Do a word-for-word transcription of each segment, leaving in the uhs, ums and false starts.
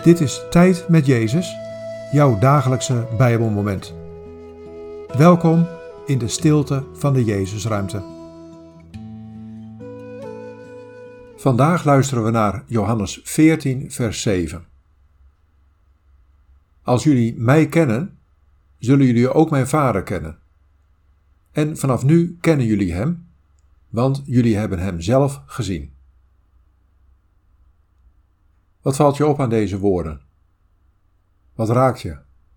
Dit is Tijd met Jezus, jouw dagelijkse Bijbelmoment. Welkom in de stilte van de Jezusruimte. Vandaag luisteren we naar Johannes veertien, vers zeven. Als jullie mij kennen, zullen jullie ook mijn Vader kennen. En vanaf nu kennen jullie hem, want jullie hebben hem zelf gezien. Wat valt je op aan deze woorden? Wat raakt je?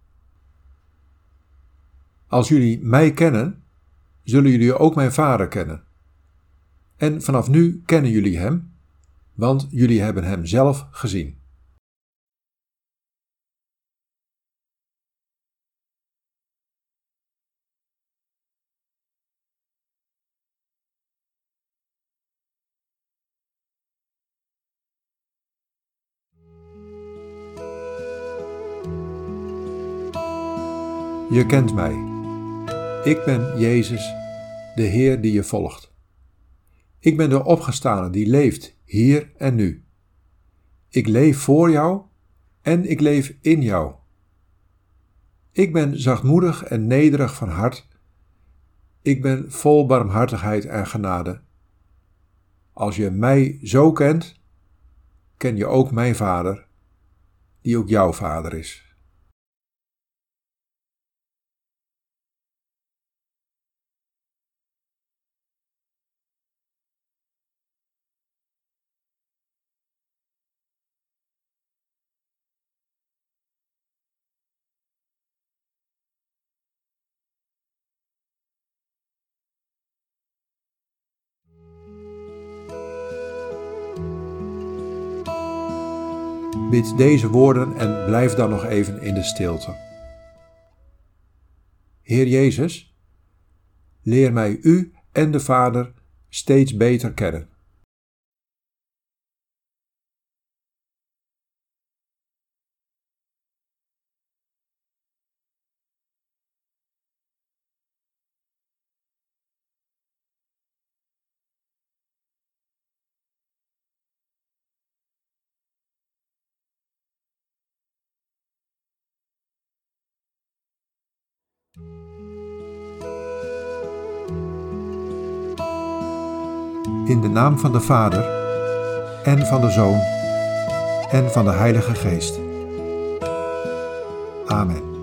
Als jullie mij kennen, zullen jullie ook mijn Vader kennen. En vanaf nu kennen jullie hem, want jullie hebben hem zelf gezien. Je kent mij. Ik ben Jezus, de Heer die je volgt. Ik ben de opgestane die leeft hier en nu. Ik leef voor jou en ik leef in jou. Ik ben zachtmoedig en nederig van hart. Ik ben vol barmhartigheid en genade. Als je mij zo kent, ken je ook mijn Vader, die ook jouw Vader is. Bid deze woorden en blijf dan nog even in de stilte. Heer Jezus, leer mij U en de Vader steeds beter kennen. In de naam van de Vader, en van de Zoon, en van de Heilige Geest. Amen.